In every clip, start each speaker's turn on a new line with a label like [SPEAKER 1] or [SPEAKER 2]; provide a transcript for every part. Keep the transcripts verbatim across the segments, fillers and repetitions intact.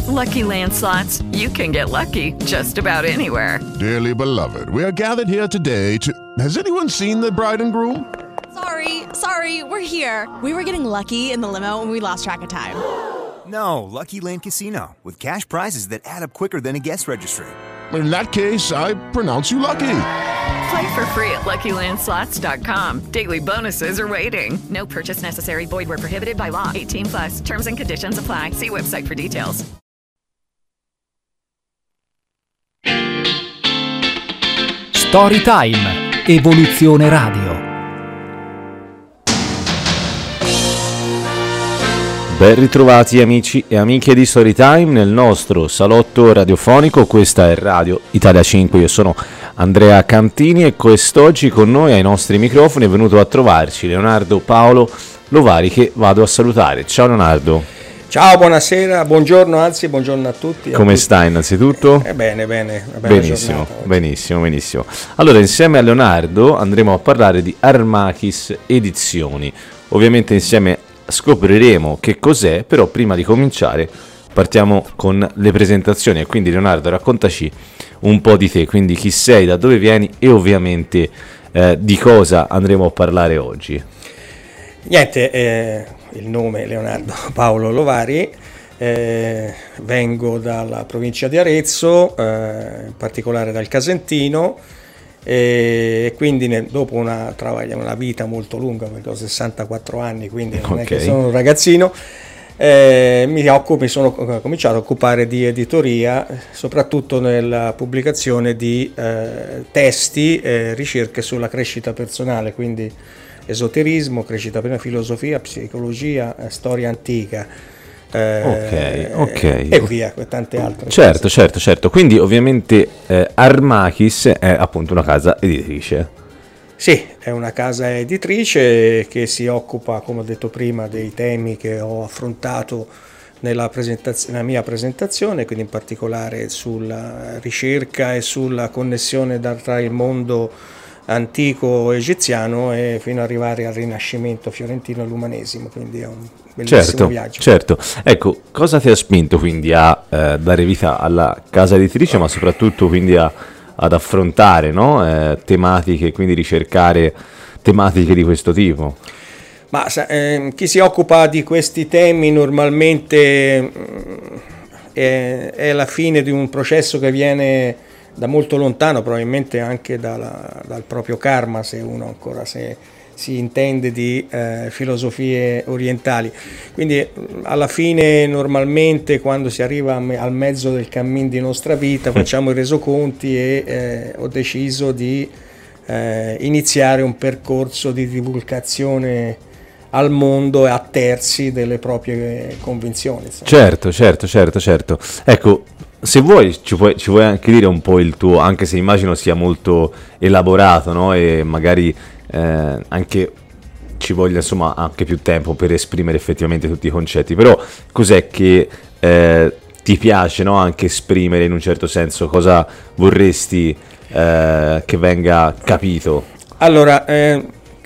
[SPEAKER 1] Lucky Land Slots, you can get lucky just about anywhere.
[SPEAKER 2] Dearly beloved, we are gathered here today to... Has anyone seen the bride and groom?
[SPEAKER 3] Sorry, sorry, we're here. We were getting lucky in the limo and we lost track of time.
[SPEAKER 4] No, Lucky Land Casino, with cash prizes that add up quicker than a guest registry.
[SPEAKER 2] In that case, I pronounce you lucky.
[SPEAKER 1] Play for free at lucky land slots dot com. Daily bonuses are waiting. No purchase necessary. Void where prohibited by law. eighteen plus. Terms and conditions apply. See website for details.
[SPEAKER 5] Storytime. Evoluzione Radio.
[SPEAKER 6] Ben ritrovati amici e amiche di Storytime nel nostro salotto radiofonico. Questa è Radio Italia cinque, io sono Andrea Cantini e quest'oggi con noi ai nostri microfoni è venuto a trovarci Leonardo Paolo Lovari, che vado a salutare. Ciao Leonardo.
[SPEAKER 7] Ciao, buonasera, buongiorno, anzi buongiorno a tutti.
[SPEAKER 6] Come
[SPEAKER 7] a tutti.
[SPEAKER 6] stai innanzitutto?
[SPEAKER 7] Eh, bene, bene.
[SPEAKER 6] Benissimo, benissimo, benissimo. Allora, insieme a Leonardo andremo a parlare di Armakis Edizioni. Ovviamente insieme scopriremo che cos'è, però prima di cominciare partiamo con le presentazioni e quindi Leonardo, raccontaci un po' di te, quindi chi sei, da dove vieni e ovviamente eh, di cosa andremo a parlare oggi.
[SPEAKER 7] Niente, eh, il nome è Leonardo Paolo Lovari, eh, vengo dalla provincia di Arezzo, eh, in particolare dal Casentino, e quindi ne, dopo una, una vita molto lunga, perché ho sessantaquattro anni, quindi non okay. è che sono un ragazzino, eh, mi, occupo, mi sono cominciato a occupare di editoria, soprattutto nella pubblicazione di eh, testi e eh, ricerche sulla crescita personale, quindi esoterismo, crescita personale, filosofia, psicologia, eh, storia antica.
[SPEAKER 6] Eh, ok, ok.
[SPEAKER 7] E via, tante altre
[SPEAKER 6] certo,
[SPEAKER 7] cose.
[SPEAKER 6] certo, certo. Quindi ovviamente eh, Armakis è appunto una casa editrice.
[SPEAKER 7] Sì, è una casa editrice che si occupa, come ho detto prima, dei temi che ho affrontato nella, presentaz- nella mia presentazione, quindi in particolare sulla ricerca e sulla connessione tra il mondo antico egiziano e fino ad arrivare al Rinascimento fiorentino e all'umanesimo, quindi è un bellissimo
[SPEAKER 6] certo,
[SPEAKER 7] viaggio.
[SPEAKER 6] Certo, ecco, cosa ti ha spinto quindi a eh, dare vita alla casa editrice, ma soprattutto quindi a, ad affrontare, no? eh, tematiche, quindi ricercare tematiche di questo tipo?
[SPEAKER 7] Ma eh, chi si occupa di questi temi normalmente mh, è, è la fine di un processo che viene da molto lontano, probabilmente anche dalla, dal proprio karma, se uno ancora se si intende di eh, filosofie orientali. Quindi alla fine normalmente quando si arriva a me, al mezzo del cammin di nostra vita facciamo i resoconti e eh, ho deciso di eh, iniziare un percorso di divulgazione al mondo e a terzi delle proprie convinzioni. Insomma.
[SPEAKER 6] Certo, certo, certo, certo. Ecco, se vuoi ci, puoi ci vuoi anche dire un po' il tuo, anche se immagino sia molto elaborato, no? E magari eh, anche ci voglia insomma anche più tempo per esprimere effettivamente tutti i concetti, però cos'è che eh, ti piace, no? Anche esprimere in un certo senso, cosa vorresti eh, che venga capito?
[SPEAKER 7] Allora, eh,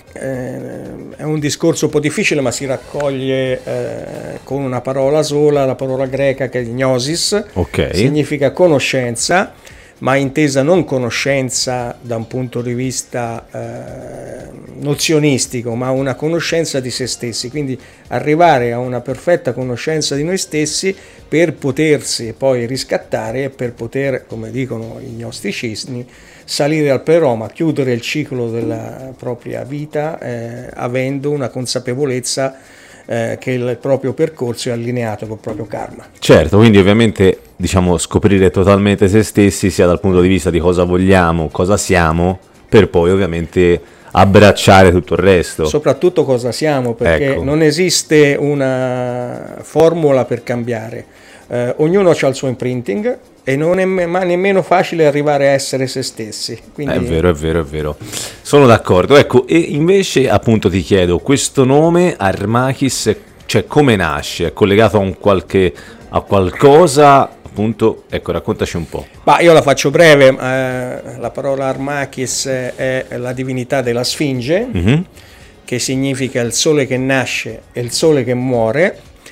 [SPEAKER 7] eh, è un discorso un po' difficile, ma si raccoglie eh, con una parola sola, la parola greca che è gnosis,
[SPEAKER 6] okay.
[SPEAKER 7] Significa conoscenza, ma intesa non conoscenza da un punto di vista eh, nozionistico, ma una conoscenza di se stessi, quindi arrivare a una perfetta conoscenza di noi stessi per potersi poi riscattare e per poter, come dicono i gnosticismi, salire al pleroma, chiudere il ciclo della propria vita eh, avendo una consapevolezza eh, che il proprio percorso è allineato col proprio karma.
[SPEAKER 6] Certo, quindi ovviamente diciamo scoprire totalmente se stessi sia dal punto di vista di cosa vogliamo, cosa siamo, per poi ovviamente abbracciare tutto il resto.
[SPEAKER 7] Soprattutto cosa siamo, perché
[SPEAKER 6] ecco.
[SPEAKER 7] Non esiste una formula per cambiare, eh, ognuno ha il suo imprinting e non è ma nemmeno facile arrivare a essere se stessi. Quindi...
[SPEAKER 6] È vero, è vero, è vero. Sono d'accordo. Ecco, e invece appunto ti chiedo, questo nome Armakis, cioè come nasce? È collegato a un qualche a qualcosa, appunto, ecco, raccontaci un po'.
[SPEAKER 7] Ma io la faccio breve, eh, la parola Armakis è la divinità della Sfinge, mm-hmm. che significa il sole che nasce e il sole che muore,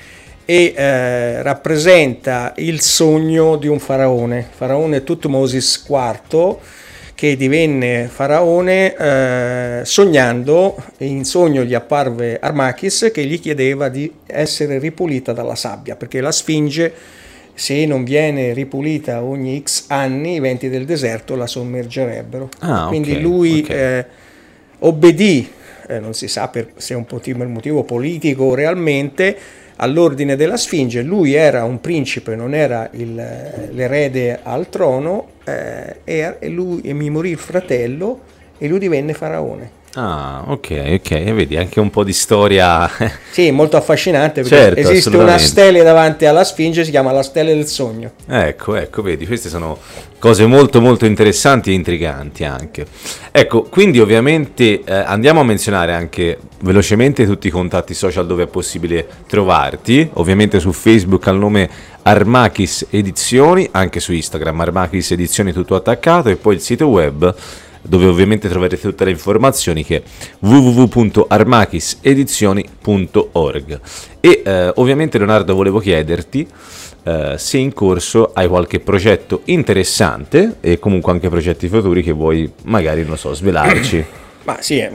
[SPEAKER 7] e eh, rappresenta il sogno di un faraone, faraone Tutmosis quarto, che divenne faraone eh, sognando, e in sogno gli apparve Armachis che gli chiedeva di essere ripulita dalla sabbia, perché la Sfinge, se non viene ripulita ogni X anni, i venti del deserto la sommergerebbero.
[SPEAKER 6] Ah,
[SPEAKER 7] quindi
[SPEAKER 6] okay,
[SPEAKER 7] lui
[SPEAKER 6] okay.
[SPEAKER 7] Eh, obbedì, eh, non si sa per, se è un po' per motivo politico o realmente, all'ordine della Sfinge. Lui era un principe, non era il, l'erede al trono, eh, e, e lui e mi morì il fratello e lui divenne faraone.
[SPEAKER 6] Ah, ok, ok, vedi anche un po' di storia.
[SPEAKER 7] Sì, molto affascinante, perché
[SPEAKER 6] Certo,
[SPEAKER 7] esiste una stele davanti alla Sfinge, si chiama la stele del sogno.
[SPEAKER 6] Ecco, ecco, vedi, queste sono cose molto molto interessanti e intriganti anche. Ecco, quindi ovviamente eh, andiamo a menzionare anche velocemente tutti i contatti social dove è possibile trovarti, ovviamente su Facebook al nome Armachis Edizioni, anche su Instagram Armachis Edizioni tutto attaccato, e poi il sito web dove ovviamente troverete tutte le informazioni, che è w w w punto armachis edizioni punto org. E eh, ovviamente Leonardo, volevo chiederti eh, se in corso hai qualche progetto interessante e comunque anche progetti futuri che vuoi magari, non so, svelarci.
[SPEAKER 7] Ma sì, è,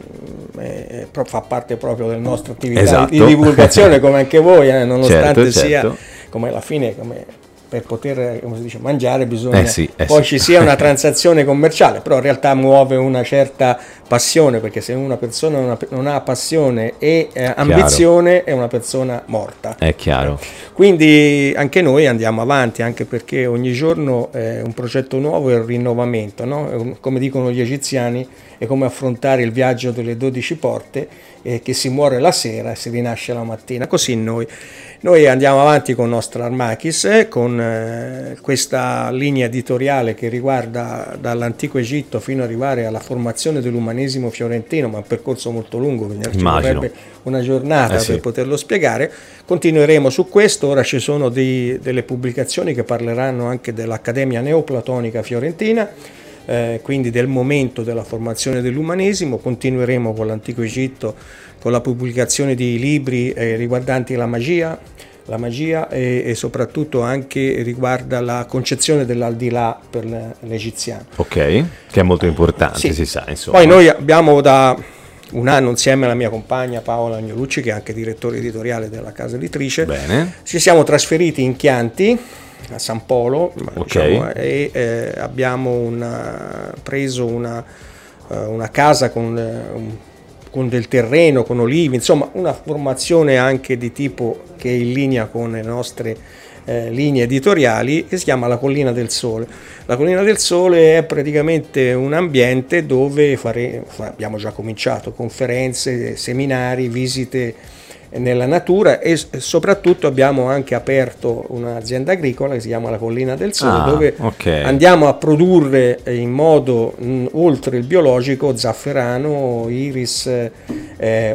[SPEAKER 7] è, è, fa parte proprio della nostra attività
[SPEAKER 6] Esatto.
[SPEAKER 7] di divulgazione, come anche voi, eh, nonostante
[SPEAKER 6] certo,
[SPEAKER 7] sia
[SPEAKER 6] certo.
[SPEAKER 7] come alla fine, come per poter, come si dice, mangiare bisogna
[SPEAKER 6] eh sì, eh
[SPEAKER 7] poi
[SPEAKER 6] sì.
[SPEAKER 7] ci sia una transazione commerciale, però in realtà muove una certa passione, perché se una persona non ha, non ha passione e eh, ambizione è una persona morta.
[SPEAKER 6] È chiaro.
[SPEAKER 7] Quindi anche noi andiamo avanti, anche perché ogni giorno è un progetto nuovo e un rinnovamento, no? Come dicono gli egiziani, è come affrontare il viaggio delle dodici porte, eh, che si muore la sera e si rinasce la mattina. Così noi Noi andiamo avanti con nostra Armachis, eh, con eh, questa linea editoriale che riguarda dall'antico Egitto fino ad arrivare alla formazione dell'umanesimo fiorentino, ma un percorso molto lungo, quindi ci vorrebbe una giornata
[SPEAKER 6] eh
[SPEAKER 7] per
[SPEAKER 6] sì.
[SPEAKER 7] poterlo spiegare. Continueremo su questo. Ora ci sono dei, delle pubblicazioni che parleranno anche dell'Accademia Neoplatonica Fiorentina, eh, quindi del momento della formazione dell'umanesimo. Continueremo con l'antico Egitto, con la pubblicazione di libri eh, riguardanti la magia, la magia e, e soprattutto anche riguarda la concezione dell'aldilà per l'egiziano.
[SPEAKER 6] Ok, che è molto importante,
[SPEAKER 7] sì.
[SPEAKER 6] si sa, insomma.
[SPEAKER 7] Poi noi abbiamo da un anno, insieme alla mia compagna Paola Agnolucci, che è anche direttore editoriale della casa editrice,
[SPEAKER 6] Bene.
[SPEAKER 7] ci siamo trasferiti in Chianti, a San Polo,
[SPEAKER 6] okay.
[SPEAKER 7] diciamo, e eh, abbiamo una, preso una, uh, una casa con un con del terreno, con olivi, insomma una formazione anche di tipo che è in linea con le nostre eh, linee editoriali, che si chiama La Collina del Sole. La Collina del Sole è praticamente un ambiente dove fare, abbiamo già cominciato conferenze, seminari, visite nella natura, e soprattutto abbiamo anche aperto un'azienda agricola che si chiama La Collina del Sole,
[SPEAKER 6] ah,
[SPEAKER 7] dove
[SPEAKER 6] okay.
[SPEAKER 7] andiamo a produrre in modo mh, oltre il biologico zafferano, iris, eh,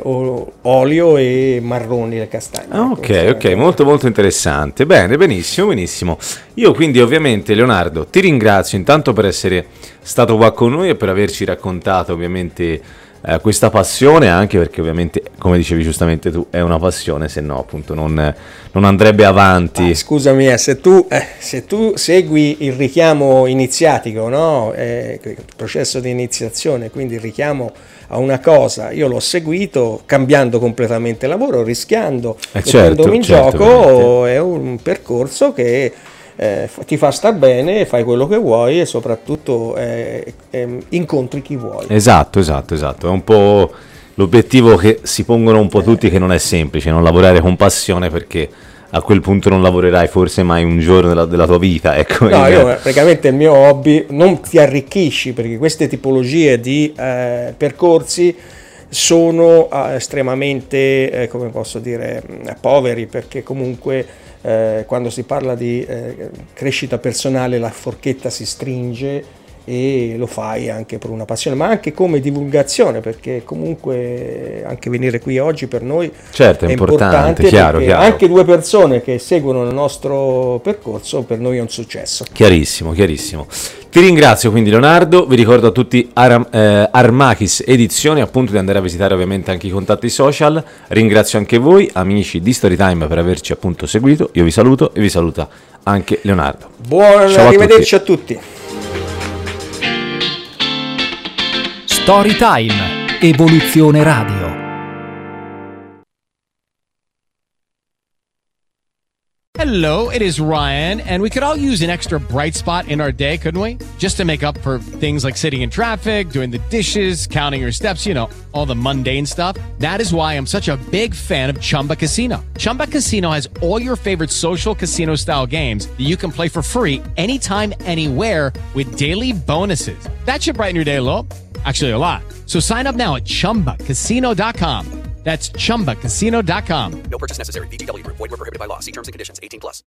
[SPEAKER 7] olio e marroni, le castagne.
[SPEAKER 6] Ah, ok, ok, molto molto interessante. Bene, benissimo, benissimo. Io quindi ovviamente, Leonardo, ti ringrazio intanto per essere stato qua con noi e per averci raccontato ovviamente Eh, questa passione, anche perché ovviamente, come dicevi giustamente tu, è una passione, se no appunto non, non andrebbe avanti.
[SPEAKER 7] Ah, scusami, eh, se, tu, eh, se tu segui il richiamo iniziatico, no? eh, il processo di iniziazione, quindi il richiamo a una cosa, io l'ho seguito cambiando completamente lavoro, rischiando,
[SPEAKER 6] eh mettendomi
[SPEAKER 7] in
[SPEAKER 6] certo,
[SPEAKER 7] gioco, è un percorso che Eh, ti fa star bene, fai quello che vuoi e soprattutto eh, eh, incontri chi vuoi.
[SPEAKER 6] Esatto, esatto, esatto. È un po' l'obiettivo che si pongono un po' eh. tutti, che non è semplice, non lavorare con passione, perché a quel punto non lavorerai forse mai un giorno della, della tua vita. Ecco.
[SPEAKER 7] No, io praticamente il mio hobby, non ti arricchisci, perché queste tipologie di eh, percorsi sono eh, estremamente, eh, come posso dire, poveri, perché comunque Eh, quando si parla di eh, crescita personale la forchetta si stringe, e lo fai anche per una passione, ma anche come divulgazione, perché comunque anche venire qui oggi per noi
[SPEAKER 6] certo, è, è importante, importante chiaro, chiaro.
[SPEAKER 7] Anche due persone che seguono il nostro percorso per noi è un successo.
[SPEAKER 6] Chiarissimo, chiarissimo. Ti ringrazio quindi Leonardo, vi ricordo a tutti Aram, eh, Armakis Edizioni appunto di andare a visitare ovviamente anche i contatti social. Ringrazio anche voi amici di Storytime per averci appunto seguito, io vi saluto e vi saluta anche Leonardo.
[SPEAKER 7] Buon
[SPEAKER 6] Ciao
[SPEAKER 7] arrivederci a tutti.
[SPEAKER 6] a tutti.
[SPEAKER 5] Storytime, Evoluzione Radio.
[SPEAKER 8] Hello, it is Ryan, and we could all use an extra bright spot in our day, couldn't we? Just to make up for things like sitting in traffic, doing the dishes, counting your steps, you know, all the mundane stuff. That is why I'm such a big fan of Chumba Casino. Chumba Casino has all your favorite social casino-style games that you can play for free anytime, anywhere with daily bonuses. That should brighten your day a little. Actually, a lot. So sign up now at chumba casino dot com. That's chumba casino dot com.
[SPEAKER 9] No purchase necessary. V G W Group. Void where prohibited by law. See terms and conditions. eighteen plus.